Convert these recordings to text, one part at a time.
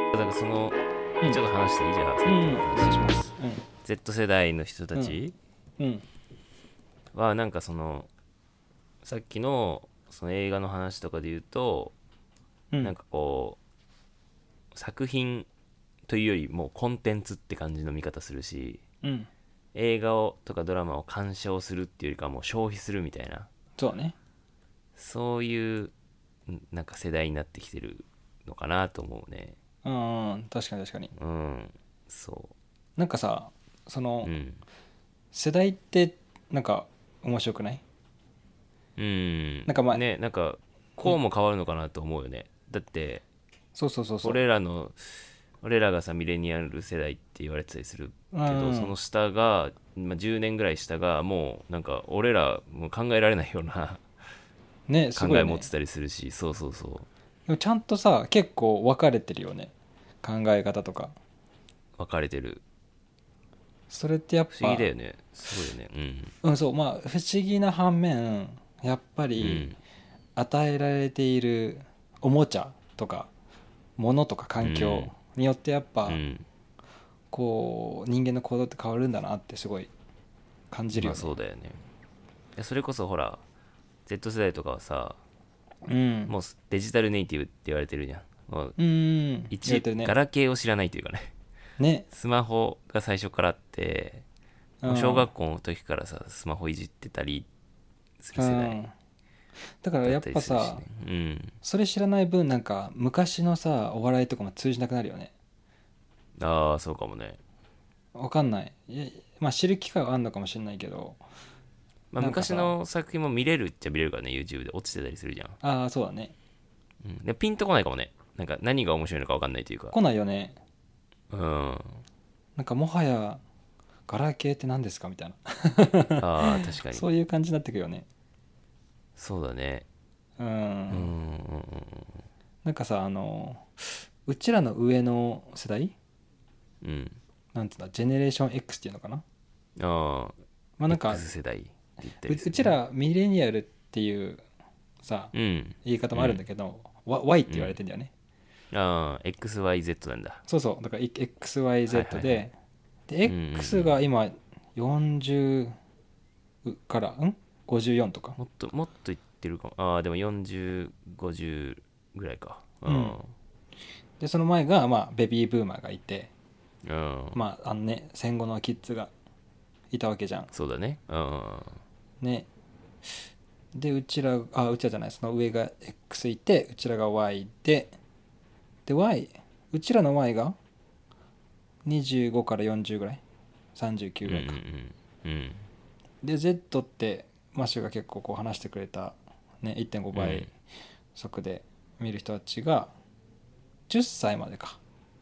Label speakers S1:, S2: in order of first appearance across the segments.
S1: だからその
S2: うん
S1: ちょっと話していいじゃん、さっき
S2: うん
S1: の
S2: お願いし
S1: 話。
S2: ます。
S1: Z 世代の人たち
S2: うん
S1: はなんかそのさっきのその映画の話とかで言うと、
S2: うん
S1: なんかこう作品というよりもうコンテンツって感じの見方するし、
S2: うん
S1: 映画をとかドラマを鑑賞するっていうよりかはもう消費するみたいな、
S2: そうね。
S1: そういうなんか世代になってきてるのかなと思うね。
S2: うん確かに確かに。
S1: うん、そ
S2: なんかさ、その
S1: う、うん
S2: 世代ってなんか面白くない？
S1: うん、
S2: なんかまあ、
S1: ね、なんかこうも変わるのかなと思うよね。だって
S2: そうそうそうそ
S1: 俺らがさミレニアル世代って言われてたりする
S2: う。う
S1: けど、その
S2: ん
S1: 下が、10年ぐらい下がもうなんか俺らもう考えられないような
S2: ね、す
S1: 考
S2: ごいよね。
S1: え持ってたりするし、そうそうそう、
S2: でもちゃんとさ結構分かれてるよね、考え方とか。
S1: 分かれてる。
S2: それってやっ
S1: 不思議だ
S2: ぱ、
S1: よね、すごいよね。
S2: うん、そう、まあ不思議な反面、やっぱり
S1: うん
S2: 与えられているおもちゃとか物とか
S1: う
S2: 環境
S1: ん
S2: によってやっぱ
S1: うん
S2: こう人間の行動って変わるんだなってすごい感じる
S1: まあ
S2: よね。
S1: そうだよね。いやそれこそほら Z 世代とかはさ、
S2: うん
S1: もうデジタルネイティブって言われてるじゃん。もう
S2: うん言われてるね。
S1: ガラケーを知らないというかね、
S2: ね。
S1: スマホが最初からあって、もう小
S2: うん
S1: 学校の時からさスマホいじってたりする世代
S2: うんだからやっ
S1: だったり
S2: ぱさ、
S1: するしね。うん
S2: それ知らない分なんか昔のさお笑いとかも通じなくなるよね。
S1: ああそうかもね。
S2: わかんない。まあ知る機会はあんのかもしれないけど、
S1: まあ昔
S2: なんかさ、
S1: の作品も見れるっちゃ見れるからね、 YouTube で落ちてたりするじゃん。
S2: ああそうだね。
S1: でピンとこないかもね、なんか何が面白いのか分かんないというか。
S2: 来ないよね。
S1: うん
S2: なんかもはやガラケーって何ですかみたいな。
S1: ああ確かに、
S2: そういう感じになってくよね。
S1: そうだね。
S2: う
S1: うんうんう
S2: ん。
S1: ん
S2: なんかさ、うちらの上の世代、
S1: うん
S2: なんつうんだ、ジェネレーション X っていうのかな。
S1: ああ
S2: まあなんか
S1: X 世代って言った
S2: う、
S1: りするね。
S2: うちらミレニアルっていうさ
S1: うん
S2: 言い方もあるんだ
S1: うん
S2: けど、Y って言われ
S1: うん
S2: てんだよね。
S1: ああ XYZ なんだ。
S2: そうそう、だから
S1: はいは
S2: XYZ
S1: いはい。
S2: で、
S1: うんうんう
S2: X が
S1: ん
S2: 今40から54とか。
S1: もっと言ってるかも。ああでも4050ぐらいか。
S2: うんでその前がまあベビーブーマーがいて、
S1: うん
S2: まああのね、戦後のキッズがいたわけじゃん
S1: そうだね。うん
S2: ね。でうちらじゃない、その上が X いて、うちらが Y で うちらの Y が25から40ぐらい、39
S1: うんうん
S2: ぐらいか。
S1: うん
S2: で Z ってマッシュが結構こう話してくれた、ね、1.5
S1: うん
S2: 倍速で見る人たちが10歳までか、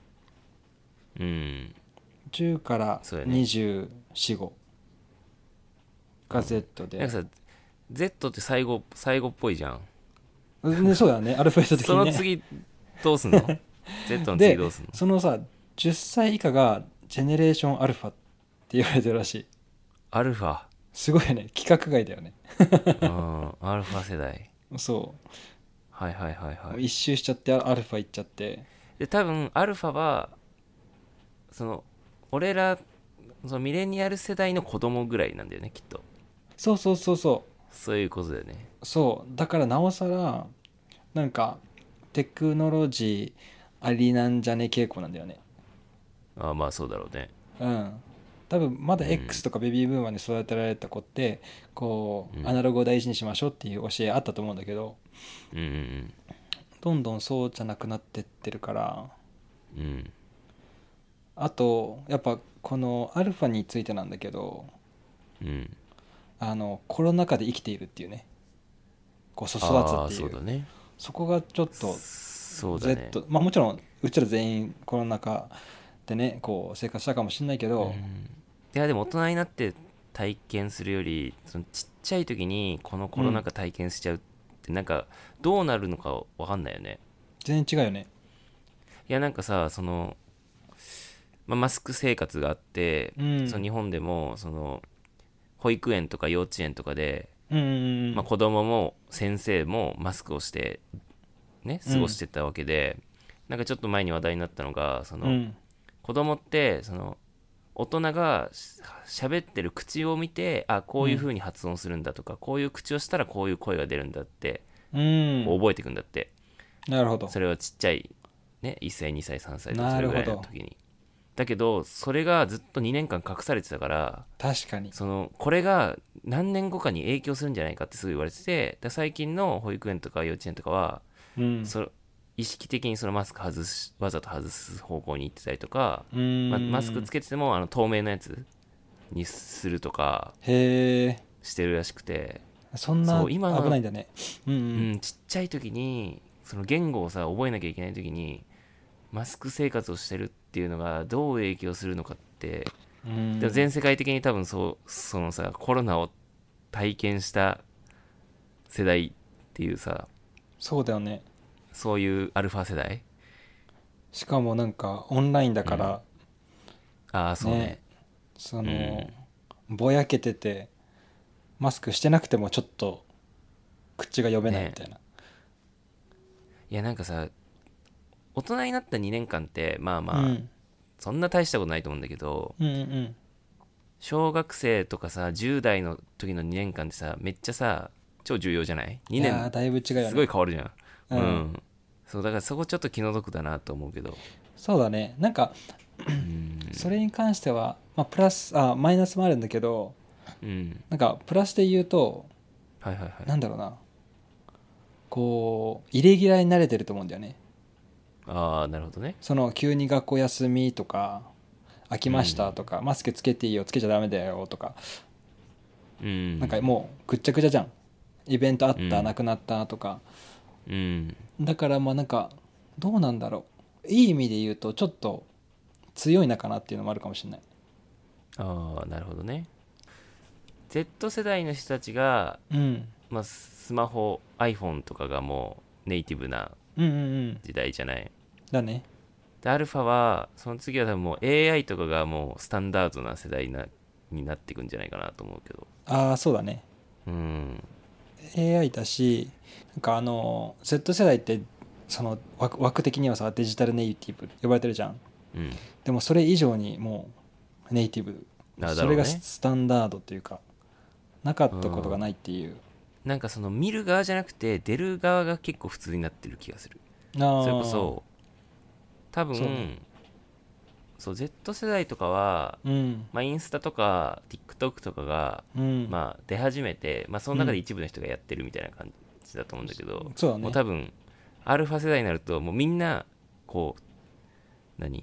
S1: うん
S2: 10から
S1: そうやね。
S2: 24、5が Z で、
S1: なんかさ Z って最後っぽいじゃん。
S2: でそうだね、アルファベット的
S1: そ
S2: にね。
S1: の次どうすんの？ Z の次
S2: で
S1: どうすんの？
S2: そのさ10歳以下がジェネレーションアルファって言われてるらしい。
S1: アルファ。
S2: すごいよね、規格外だよね。
S1: うんアルファ世代。
S2: そ
S1: はいはいはいはい。
S2: う、一周しちゃってアルファいっちゃって。
S1: で多分アルファはその俺らそのミレニアル世代の子供ぐらいなんだよねきっと。
S2: そうそうそうそ
S1: そういうことだよね。
S2: うそうだからなおさらなんかテクノロジーありなんじゃね傾向なんだよね。
S1: ああまあそうだろうね。
S2: うん多分まだ
S1: うん
S2: X とかベビーブーマーに育てられた子ってこうア
S1: うん
S2: ナログを大事にしましょうっていう教えあったと思うんだけど、
S1: うん
S2: どんどんそうじゃなくなってってるから。
S1: うんうん
S2: あとやっぱこのアルファについてなんだけど、
S1: うん
S2: コロナ禍で生きているっていうね、こう育つ
S1: ああ
S2: っていう、
S1: そうだね。
S2: そこがちょっと
S1: そうだね。
S2: Z、まあもちろんうちら全員コロナ禍でねこう生活したかもしれないけど、
S1: うんいやでも大人になって体験するよりそのちっちゃい時にこのコロナ禍体験しちゃうってなんかどうなるのか分かんないよね。
S2: 全然違うよね。
S1: いやなんかさその、マスク生活があって、
S2: うん
S1: その日本でもその保育園とか幼稚園とかで、
S2: うんうん
S1: 子供も先生もマスクをしてね過ごしてたわけで、 なんかちょっと前に話題になったのがその、
S2: うん
S1: 子供ってその大人が喋ってる口を見て、あ、こういう風に発音するんだとか、こういう口をしたらこういう声が出るんだって
S2: うん
S1: こう覚えていくんだって。
S2: なるほど
S1: それはちっちゃいね、1歳2歳3歳とかそれぐらい
S2: なるほど
S1: の時に。だけどそれがずっと2年間隠されてたから、
S2: 確かに
S1: そのこれが何年後かに影響するんじゃないかってすぐ言われてて、最近の保育園とか幼稚園とかは
S2: うん
S1: 意識的にそのマスクわざと外す方向に行ってたりとか、マスクつけてても透明なやつにするとか
S2: へえ
S1: してるらしくて、
S2: そんな危
S1: そう今の、
S2: ないんだね
S1: ちっちゃい時にその言語をさ覚えなきゃいけない時にマスク生活をしてるっていうのがどう影響するのかって、
S2: うん
S1: でも全世界的に多分そのさコロナを体験した世代っていうさ、
S2: そうだよね
S1: そういうアルファ世代。
S2: しかもなんかオンラインだから
S1: ああそうね。
S2: ねそのぼやけててマスクしてなくてもちょっと口が読めないみたいな、
S1: いやなんかさ、大人になった2年間ってまあまあ、
S2: うん
S1: そんな大したことないと思うんだけど、
S2: うんうん
S1: 小学生とかさ10代の時の2年間ってさめっちゃさ超重要じゃない ?2
S2: いやー
S1: 年
S2: だいぶ違うよね
S1: すごい変わるじゃん。
S2: うん
S1: そうだからそこちょっと気の毒だなと思うけど。
S2: そうだねなんかそれに関しては、まあ、マイナスもあるんだけどなんかプラスで言うと
S1: はいはいはい。
S2: なんだろうなこうイレギュラーに慣れてると思うんだよね。
S1: ああなるほどね。
S2: その急に学校休みとか飽きましたとか、マスクつけていいよつけちゃダメだよとか、なんかもうぐっちゃぐちゃじゃん。イベントあった、なくなったとか、だからまあなんかどうなんだろう、いい意味で言うとちょっと強いのかなっていうのもあるかもしれない。
S1: ああなるほどね。 Z 世代の人たちが、スマホ iPhone とかがもうネイティブな時代じゃない、
S2: だね。
S1: でアルファはその次は多分もう AI とかがもうスタンダードな世代になっていくんじゃないかなと思うけど。
S2: ああそうだね。AI だし、なんかZ 世代ってその枠的にはさデジタルネイティブ呼ばれてるじゃん、でもそれ以上にもうネイティブ、それがスタンダードっていうかなかったことがないっていう、
S1: なんかその見る側じゃなくて出る側が結構普通になってる気がする。それこそ多分そう Z 世代とかは、まあ、インスタとか TikTok とかが、まあ、出始めて、まあ、その中で一部の人がやってるみたいな感じだと思うんだけど、もう多分アルファ世代になるともうみんなこう
S2: 出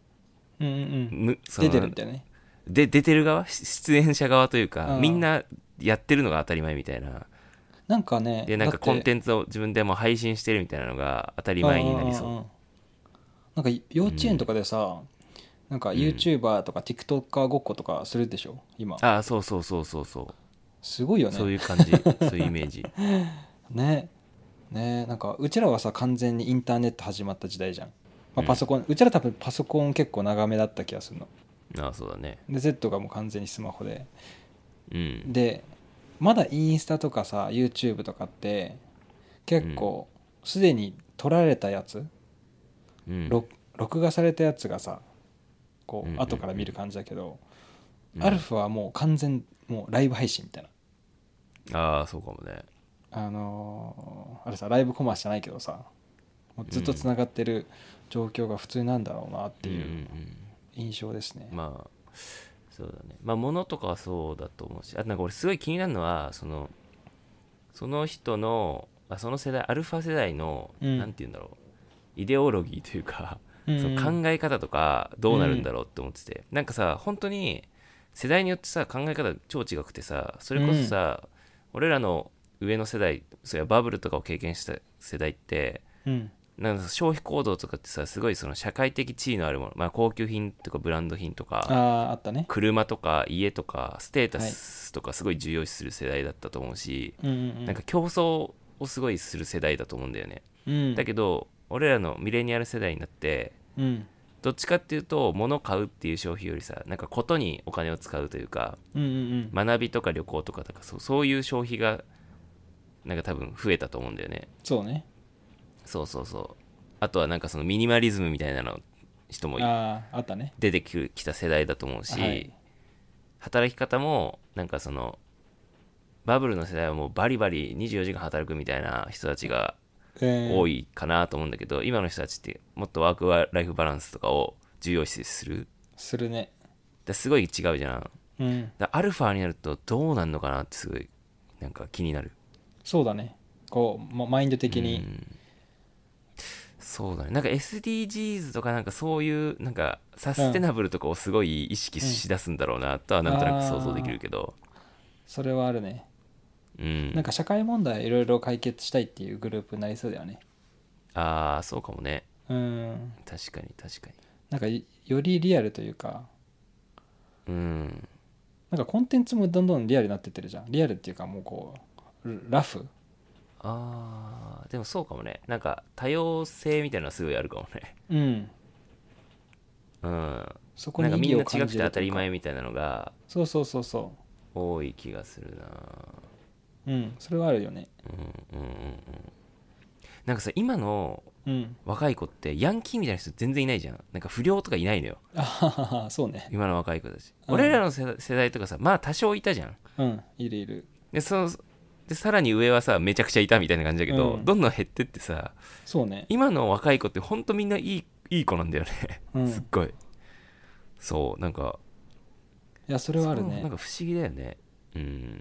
S2: てるみたいなね。
S1: 出てる側、出演者側というか、みんなやってるのが当たり前みたいな。
S2: なんかね、
S1: でなんかコンテンツを自分でも配信してるみたいなのが当たり前になりそう。
S2: なんか幼稚園とかでさ、なんか YouTuber とか TikToker ごっことかするでしょ今。
S1: ああそうす
S2: ごいよね。
S1: そういう感じそういうイメージ
S2: ねなんかうちらはさ完全にインターネット始まった時代じゃん、まあ、パソコン、うちら多分パソコン結構長めだった気がするの。
S1: ああそうだね。
S2: で Z がもう完全にスマホで、でまだインスタとかさ YouTube とかって結構すでに撮られたやつ、録画されたやつがさこう後から見る感じだけど、アルフはもう完全もうライブ配信みたい
S1: な。ああそうかもね。
S2: あれさライブコマースじゃないけどさもうずっとつながってる状況が普通なんだろうなっていう印象ですね。
S1: まあそうだね。まあ物とかはそうだと思うし、あとなんか俺すごい気になるのはその人のその世代アルファ世代の、なんて言うんだろう、イデオロギーというか、その考え方とかどうなるんだろうって思ってて、なんかさ本当に世代によってさ考え方超違くてさ、それこそさ、俺らの上の世代、そうやバブルとかを経験した世代って、なんか消費行動とかってさすごいその社会的地位のあるもの、まあ、高級品とかブランド品とか
S2: あったね、
S1: 車とか家とかステータスとかすごい重要視する世代だったと思うし、なんか競争をすごいする世代だと思うんだよね、だけど俺らのミレニアル世代になって、どっちかっていうと物買うっていう消費よりさなんかことにお金を使うというか、学びとか旅行とかそういう消費がなんか多分増えたと思うんだよね。
S2: そうね。
S1: そうあとはなんかそのミニマリズムみたいなの人も
S2: あったね。
S1: 出てきた世代だと思うし、
S2: はい。
S1: 働き方もなんかそのバブルの世代はもうバリバリ24時間働くみたいな人たちが多
S2: い。
S1: いかなと思うんだけど、今の人たちってもっとワークライフバランスとかを重要視する。
S2: するね。
S1: すごい違うじゃん。
S2: うん。
S1: アルファになるとどうなんのかなってすごいなんか気になる。
S2: そうだね。こう、マインド
S1: う
S2: 的に。
S1: ん、そうだね。なんか SDGs とかなんかそういうなんかサ
S2: うん。
S1: ステナブルとかをすごい意識
S2: うん。
S1: しだすんだろうなとはなんとなく想像できる
S2: ああ、
S1: けど。
S2: それはあるね。
S1: うん。
S2: なんか社会問題いろいろ解決したいっていうグループになりそうだよね。
S1: ああ、そうかもね。
S2: うん。
S1: 確かに確か
S2: なんかよりリアルというか、
S1: に。うん。
S2: なんかコンテンツもどんどんリアルになってってるじゃん。リアルっていうかもうこう、ラフ。
S1: ああ、でもそうかもね。なんか多様性みたいなのはすごいあるかもね。
S2: うん。
S1: うん。
S2: そこ
S1: なんかみんな
S2: に意義を感
S1: 違くて当たり
S2: じるというか。
S1: 前みたいなのが
S2: そうそうそうそ
S1: 多い気がするな。
S2: う。うん。それはあるよね。
S1: うんうんうん。なんかさ、今の
S2: うん。
S1: 若い子ってヤンキーみたいな人全然いないじゃん。なんか不良とかいないのよ。
S2: あははは、そうね。
S1: 今の若い子たち。
S2: うん。
S1: 俺らの世代とかさ、まあ多少いたじゃん。
S2: うん。いるいる。
S1: で、さらに上はさ、めちゃくちゃいたみたいな感じだけど、
S2: うん。
S1: どんどん減ってってさ、
S2: そうね。
S1: 今の若い子ってほんとみんないい子なんだよね。
S2: う
S1: すっ
S2: ん。
S1: ごい。そう、なんか、
S2: いや、それはあるね。
S1: なんか不思議だよね。うん。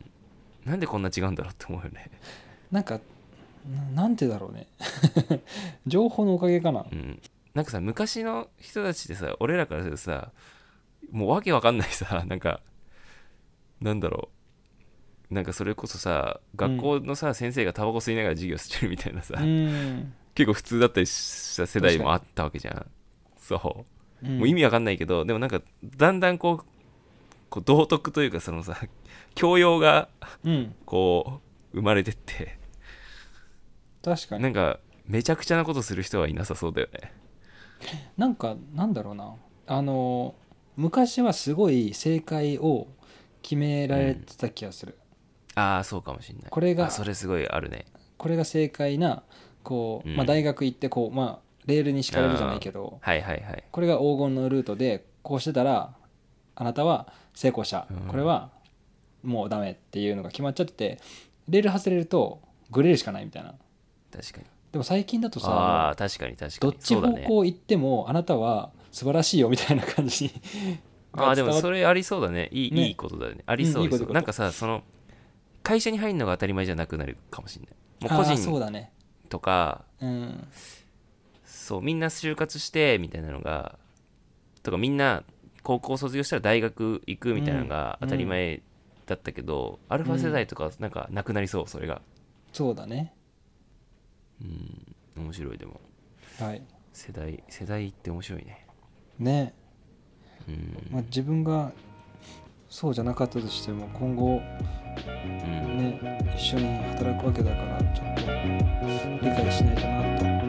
S1: なんでこんな違うんだろうって思うよね。
S2: なんか、なんてだろうね。情報のおかげかな。
S1: うん。なんかさ、昔の人たちってさ、俺らからするとさ、もうわけわかんないさ、なんか、なんだろう。なんかそれこそさ、学
S2: うん。
S1: 校のさ、先生がタバコ吸いながら授業してるみたいな
S2: う
S1: さ、
S2: ん。
S1: 結構普通だったりした世
S2: 確かに。
S1: 代もあったわけじゃん。そう。
S2: うん。
S1: もう意味わかんないけど、でもなんか、だんだんこう道徳というかそのさ、教養が
S2: うん。
S1: こう、生まれてって、
S2: 確かに。
S1: なんか、めちゃくちゃなことする人はいなさそうだよね。
S2: なんか、なんだろうな。あの、昔はすごい正解を決められ
S1: うん。
S2: てた気がする。
S1: ああ、そうかもしんない。あ、
S2: これが、
S1: それすごいあるね。
S2: これが正解な、こう、まあ、大
S1: うん。
S2: 学行って、こう、まあ、レールに敷かれるじゃない
S1: ああ、
S2: けど、
S1: はいはいはい。
S2: これが黄金のルートで、こうしてたら、あなたは成功者。
S1: うん。
S2: これはもうダメっていうのが決まっちゃってて、レール外れるとグレるしかないみたいな。
S1: 確かに。
S2: でも最近だとさ、もう
S1: ああ、確かに確かに。
S2: どっち
S1: そうだね。
S2: 方向行ってもあなたは素晴らしいよみたいな感じ
S1: ああ、でも
S2: が伝わっ
S1: それありそうだね。いい
S2: ね。
S1: ことだよね。あり
S2: うん、
S1: そうありそう。
S2: いいこといいこと。
S1: なんかさ、その、会社に入るのが当たり前じゃなくなるかもしれない。もう個
S2: ああ、
S1: 人
S2: そうだね。
S1: とか、
S2: うん。
S1: そう、みんな就活してみたいなのが、とかみんな高校卒業したら大学行くみたいなの
S2: うん。
S1: が当たり
S2: うん。
S1: 前だったけど、アルファ世
S2: うん。
S1: 代とかなんかなくなりそう、それが。
S2: そうだね。
S1: 面白い。でも
S2: はい。
S1: 世代って面白いね。
S2: ね。
S1: う
S2: まあ、
S1: ん。
S2: 自分がそうじゃなかったとしても今後
S1: うん。
S2: ね、一緒に働くわけだからちょっと理解しないとなと